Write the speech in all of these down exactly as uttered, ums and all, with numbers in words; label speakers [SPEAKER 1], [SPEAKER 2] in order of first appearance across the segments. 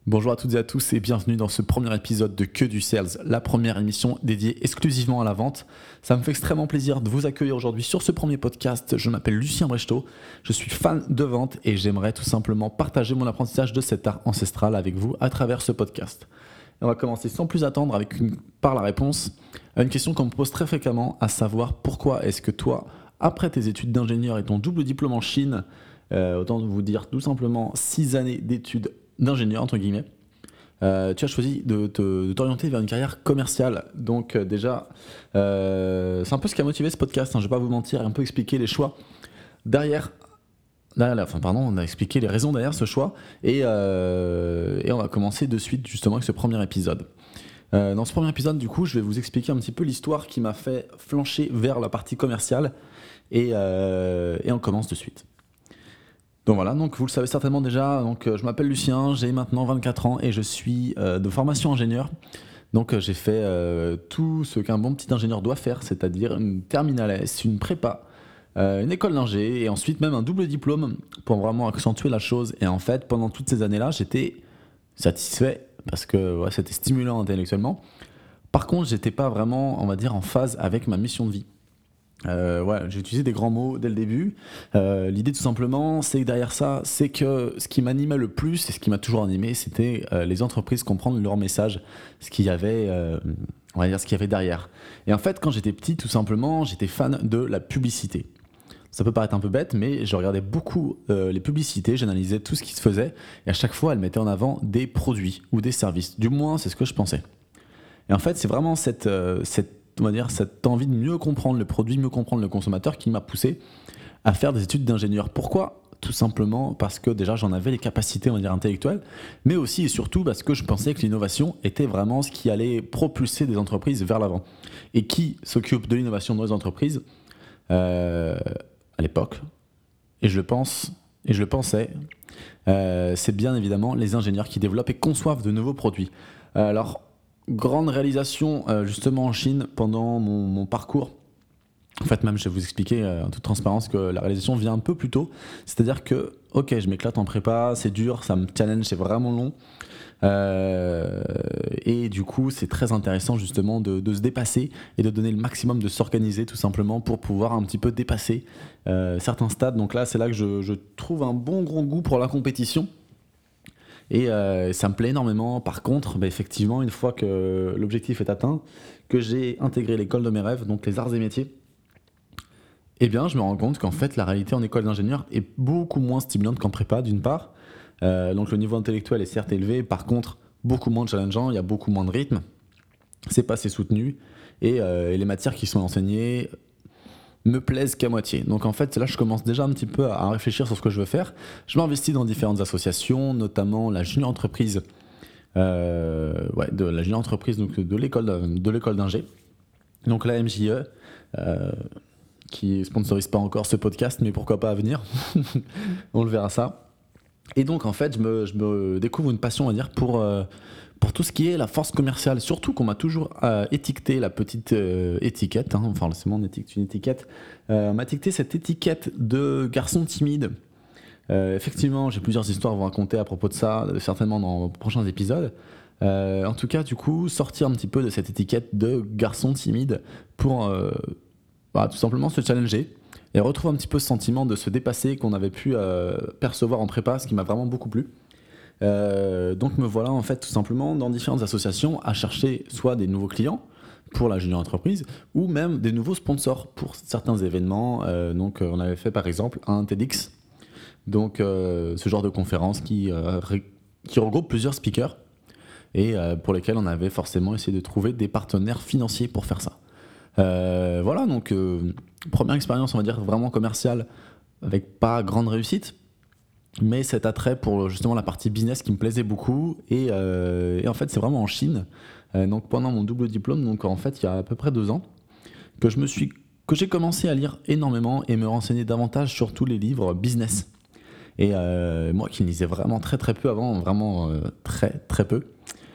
[SPEAKER 1] Bonjour à toutes et à tous et bienvenue dans ce premier épisode de Que du Sales, la première émission dédiée exclusivement à la vente. Ça me fait extrêmement plaisir de vous accueillir aujourd'hui sur ce premier podcast. Je m'appelle Lucien Brechtot, je suis fan de vente et j'aimerais tout simplement partager mon apprentissage de cet art ancestral avec vous à travers ce podcast. Et on va commencer sans plus attendre avec une, par la réponse à une question qu'on me pose très fréquemment, à savoir pourquoi est-ce que toi, après tes études d'ingénieur et ton double diplôme en Chine, euh, autant vous dire tout simplement six années d'études d'ingénieur, entre guillemets, euh, tu as choisi de, te, de t'orienter vers une carrière commerciale. Donc euh, déjà, euh, c'est un peu ce qui a motivé ce podcast, hein, je ne vais pas vous mentir, et un peu expliquer les choix derrière, derrière enfin pardon, on a expliqué les raisons derrière ce choix, et, euh, et on va commencer de suite justement avec ce premier épisode. Euh, dans ce premier épisode, du coup, je vais vous expliquer un petit peu l'histoire qui m'a fait flancher vers la partie commerciale, et, euh, et on commence de suite. Donc voilà, donc vous le savez certainement déjà, donc, euh, je m'appelle Lucien, j'ai maintenant vingt-quatre ans et je suis euh, de formation ingénieur. Donc euh, j'ai fait euh, tout ce qu'un bon petit ingénieur doit faire, c'est-à-dire une terminale S, une prépa, euh, une école d'ingé et ensuite même un double diplôme pour vraiment accentuer la chose. Et en fait, pendant toutes ces années-là, j'étais satisfait parce que ouais, c'était stimulant intellectuellement. Par contre, j'étais pas vraiment, on va dire, en phase avec ma mission de vie. Euh, ouais, j'ai utilisé des grands mots dès le début. Euh, l'idée tout simplement, c'est que derrière ça, c'est que ce qui m'animait le plus et ce qui m'a toujours animé, c'était euh, les entreprises comprendre leur message, ce qu'il y avait, euh, on va dire ce qu'il y avait derrière. Et en fait, quand j'étais petit, tout simplement, j'étais fan de la publicité. Ça peut paraître un peu bête, mais je regardais beaucoup euh, les publicités, j'analysais tout ce qui se faisait, et à chaque fois, elles mettaient en avant des produits ou des services. Du moins, c'est ce que je pensais. Et en fait, c'est vraiment cette, euh, cette on va dire, cette envie de mieux comprendre le produit, mieux comprendre le consommateur qui m'a poussé à faire des études d'ingénieur. Pourquoi ? Tout simplement parce que déjà j'en avais les capacités, on va dire, intellectuelles, mais aussi et surtout parce que je pensais que l'innovation était vraiment ce qui allait propulser des entreprises vers l'avant. Et qui s'occupe de l'innovation dans les entreprises euh, à l'époque, et je le pense, et je le pensais, euh, c'est bien évidemment les ingénieurs qui développent et conçoivent de nouveaux produits. Alors, grande réalisation euh, justement en Chine pendant mon, mon parcours. En fait, même, je vais vous expliquer euh, en toute transparence que la réalisation vient un peu plus tôt. C'est-à-dire que, ok, je m'éclate en prépa, c'est dur, ça me challenge, c'est vraiment long. Euh, et du coup, c'est très intéressant justement de, de se dépasser et de donner le maximum, de s'organiser tout simplement pour pouvoir un petit peu dépasser euh, certains stades. Donc là, c'est là que je, je trouve un bon gros goût pour la compétition. Et euh, ça me plaît énormément. Par contre, bah, effectivement, une fois que l'objectif est atteint, que j'ai intégré l'école de mes rêves, donc les arts et métiers, eh bien, je me rends compte qu'en fait, la réalité en école d'ingénieur est beaucoup moins stimulante qu'en prépa, d'une part. Euh, donc le niveau intellectuel est certes élevé, par contre, beaucoup moins challengeant, il y a beaucoup moins de rythme, c'est pas assez soutenu, et, euh, et les matières qui sont enseignées me plaisent qu'à moitié. Donc en fait, là, je commence déjà un petit peu à réfléchir sur ce que je veux faire. Je m'investis dans différentes associations, notamment la junior entreprise, euh, ouais, de la junior entreprise donc de l'école de l'école d'ingé. Donc la M J E, euh, qui sponsorise pas encore ce podcast, mais pourquoi pas à venir. On le verra ça. Et donc en fait, je me, je me découvre une passion, on va dire, pour euh, pour tout ce qui est la force commerciale, surtout qu'on m'a toujours euh, étiqueté la petite euh, étiquette, hein, enfin c'est mon étiquette, une étiquette, euh, on m'a étiqueté cette étiquette de garçon timide. Euh, effectivement, j'ai plusieurs histoires à vous raconter à propos de ça, certainement dans les prochains épisodes. Euh, en tout cas, du coup, sortir un petit peu de cette étiquette de garçon timide pour euh, bah, tout simplement se challenger et retrouver un petit peu ce sentiment de se dépasser qu'on avait pu euh, percevoir en prépa, ce qui m'a vraiment beaucoup plu. Euh, donc me voilà en fait tout simplement dans différentes associations à chercher soit des nouveaux clients pour la junior entreprise ou même des nouveaux sponsors pour certains événements. Euh, donc on avait fait par exemple un TEDx, donc euh, ce genre de conférence qui, euh, ré- qui regroupe plusieurs speakers et euh, pour lesquels on avait forcément essayé de trouver des partenaires financiers pour faire ça. Euh, voilà, donc euh, première expérience on va dire vraiment commerciale avec pas grande réussite, mais cet attrait pour justement la partie business qui me plaisait beaucoup et, euh, et en fait c'est vraiment en Chine, euh, donc pendant mon double diplôme, donc en fait il y a à peu près deux ans que je me suis que j'ai commencé à lire énormément et me renseigner davantage sur tous les livres business et euh, moi qui lisais vraiment très très peu avant, vraiment euh, très très peu,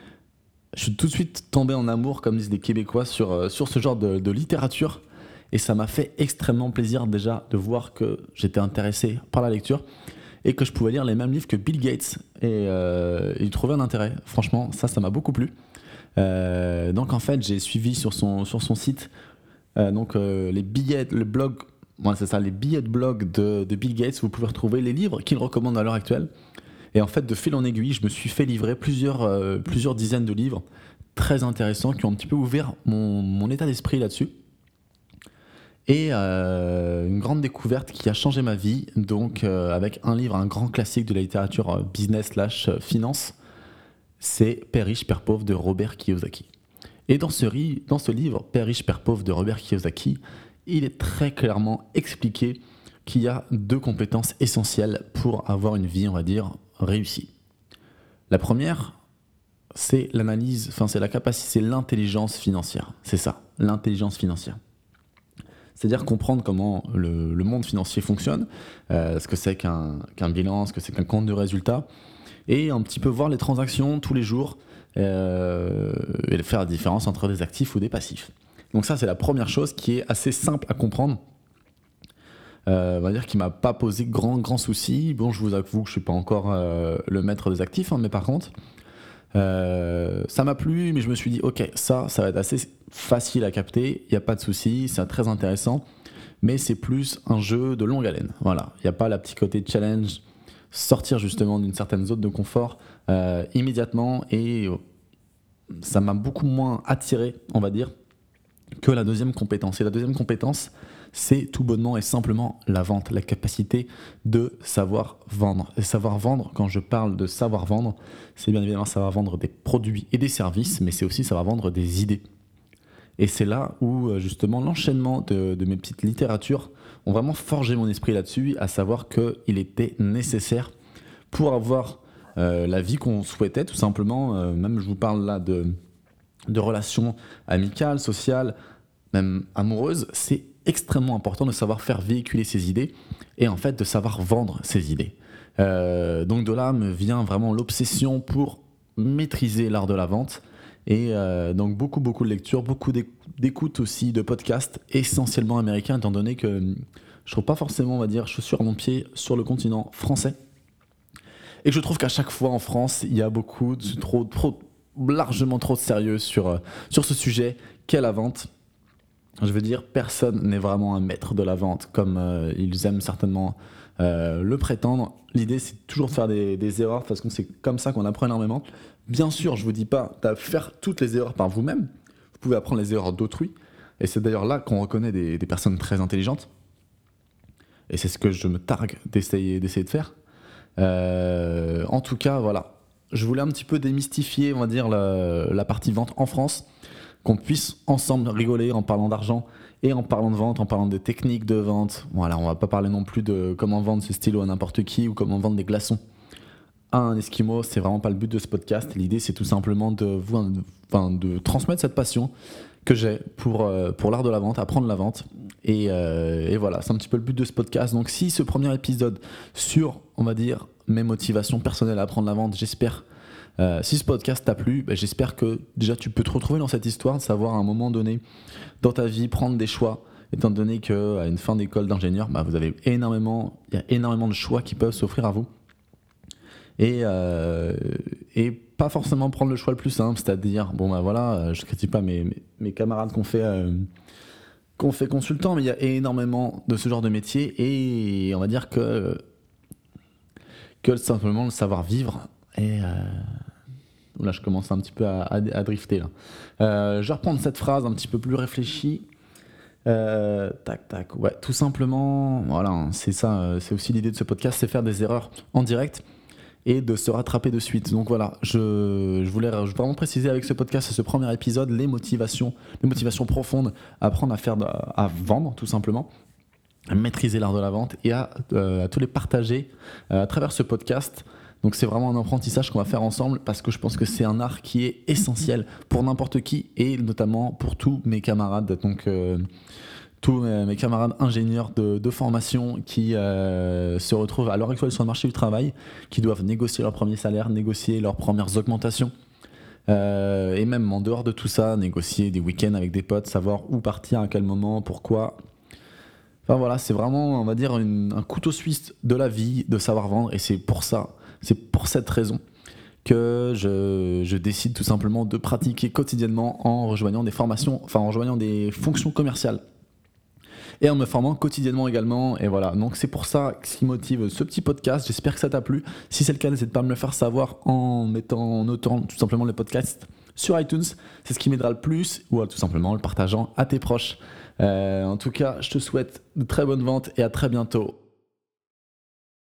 [SPEAKER 1] je suis tout de suite tombé en amour, comme disent les Québécois, sur, euh, sur ce genre de, de littérature et ça m'a fait extrêmement plaisir déjà de voir que j'étais intéressé par la lecture. et que je pouvais lire les mêmes livres que Bill Gates et euh, il trouvait un intérêt. Franchement, ça, ça m'a beaucoup plu. Euh, donc en fait, j'ai suivi sur son, sur son site euh, donc, euh, les billets, le blog, ouais, c'est ça, les billets de blog de, de Bill Gates. Vous pouvez retrouver les livres qu'il recommande à l'heure actuelle. Et en fait, de fil en aiguille, je me suis fait livrer plusieurs, euh, plusieurs dizaines de livres très intéressants qui ont un petit peu ouvert mon, mon état d'esprit là-dessus. Et euh, une grande découverte qui a changé ma vie, donc euh, avec un livre, un grand classique de la littérature euh, business slash finance, c'est Père riche, Père pauvre de Robert Kiyosaki. Et dans ce, ri- dans ce livre, Père riche, Père pauvre de Robert Kiyosaki, il est très clairement expliqué qu'il y a deux compétences essentielles pour avoir une vie, on va dire, réussie. La première, c'est l'analyse, enfin c'est la capacité, c'est l'intelligence financière. C'est ça, l'intelligence financière. C'est-à-dire comprendre comment le, le monde financier fonctionne, euh, ce que c'est qu'un, qu'un bilan, ce que c'est qu'un compte de résultat, et un petit peu voir les transactions tous les jours euh, et faire la différence entre des actifs ou des passifs. Donc ça, c'est la première chose qui est assez simple à comprendre. Euh, on va dire qu'il ne m'a pas posé grand, grand souci. Bon, je vous avoue que je ne suis pas encore euh, le maître des actifs, hein, mais par contre, euh, ça m'a plu, mais je me suis dit, ok, ça, ça va être assez facile à capter, il n'y a pas de souci, c'est très intéressant, mais c'est plus un jeu de longue haleine. Voilà, il n'y a pas la petit côté challenge, sortir justement d'une certaine zone de confort euh, immédiatement, et euh, ça m'a beaucoup moins attiré, on va dire, que la deuxième compétence. Et la deuxième compétence, c'est tout bonnement et simplement la vente, la capacité de savoir vendre. Et savoir vendre, quand je parle de savoir vendre, c'est bien évidemment savoir vendre des produits et des services, mais c'est aussi savoir vendre des idées. Et c'est là où justement l'enchaînement de, de mes petites littératures ont vraiment forgé mon esprit là-dessus, à savoir qu'il était nécessaire pour avoir euh, la vie qu'on souhaitait, tout simplement. Euh, même je vous parle là de, de relations amicales, sociales, même amoureuses, c'est extrêmement important de savoir faire véhiculer ses idées et en fait de savoir vendre ses idées. Euh, donc de là me vient vraiment l'obsession pour maîtriser l'art de la vente et euh, donc beaucoup beaucoup de lectures, beaucoup d'écoutes aussi de podcasts essentiellement américains étant donné que je trouve pas forcément, on va dire, chaussures à mon pied sur le continent français et que je trouve qu'à chaque fois en France il y a beaucoup de trop, trop largement trop de sérieux sur, sur ce sujet qu'est la vente. Je veux dire, personne n'est vraiment un maître de la vente comme euh, ils aiment certainement euh, le prétendre. L'idée, c'est toujours de faire des, des erreurs parce que c'est comme ça qu'on apprend énormément. Bien sûr, je ne vous dis pas de faire toutes les erreurs par vous-même. Vous pouvez apprendre les erreurs d'autrui. Et c'est d'ailleurs là qu'on reconnaît des, des personnes très intelligentes. Et c'est ce que je me targue d'essayer, d'essayer de faire. Euh, en tout cas, voilà. Je voulais un petit peu démystifier, on va dire, la, la partie vente en France, qu'on puisse ensemble rigoler en parlant d'argent et en parlant de vente, en parlant de techniques de vente. Voilà, on va pas parler non plus de comment vendre ses stylos à n'importe qui ou comment vendre des glaçons à un esquimau. C'est vraiment pas le but de ce podcast. L'idée, c'est tout simplement de, vous, enfin, de transmettre cette passion que j'ai pour, euh, pour l'art de la vente, apprendre la vente. Et, euh, et voilà, c'est un petit peu le but de ce podcast. Donc si ce premier épisode sur, on va dire, mes motivations personnelles à apprendre la vente, j'espère... Euh, si ce podcast t'a plu, bah, j'espère que déjà tu peux te retrouver dans cette histoire, de savoir à un moment donné dans ta vie prendre des choix, étant donné qu'à une fin d'école d'ingénieur, bah, vous avez énormément, il y a énormément de choix qui peuvent s'offrir à vous. Et, euh, et pas forcément prendre le choix le plus simple, c'est-à-dire, bon bah voilà, je critique pas mes, mes, mes camarades qu'on fait, euh, qu'on fait consultant, mais il y a énormément de ce genre de métier et on va dire que, que simplement le savoir-vivre. Et euh, là, je commence un petit peu à, à, à drifter. Là. Euh, je vais reprendre cette phrase un petit peu plus réfléchie. Euh, tac, tac. Ouais, tout simplement, voilà, c'est ça. C'est aussi l'idée de ce podcast, c'est faire des erreurs en direct et de se rattraper de suite. Donc voilà, je, je voulais je voulais vraiment préciser avec ce podcast, ce premier épisode, les motivations, les motivations profondes à apprendre à faire, de, à vendre, tout simplement. À maîtriser l'art de la vente et à, euh, à tous les partager euh, à travers ce podcast. Donc c'est vraiment un apprentissage qu'on va faire ensemble parce que je pense que c'est un art qui est essentiel pour n'importe qui et notamment pour tous mes camarades, donc euh, tous mes camarades ingénieurs de, de formation qui euh, se retrouvent à l'heure actuelle sur le marché du travail, qui doivent négocier leur premier salaire, négocier leurs premières augmentations euh, et même en dehors de tout ça, négocier des week-ends avec des potes, savoir où partir, à quel moment, pourquoi. Enfin voilà, c'est vraiment, on va dire, une- un couteau suisse de la vie, de savoir vendre. Et c'est pour ça, c'est pour cette raison que je, je décide tout simplement de pratiquer quotidiennement en rejoignant des formations, enfin en rejoignant des fonctions commerciales et en me formant quotidiennement également. Et voilà, donc c'est pour ça ce qui motive ce petit podcast. J'espère que ça t'a plu. Si c'est le cas, n'hésite pas à me le faire savoir en mettant, en notant tout simplement le podcast sur iTunes. C'est ce qui m'aidera le plus, ou tout simplement en le partageant à tes proches. Euh, en tout cas, je te souhaite de très bonnes ventes et à très bientôt.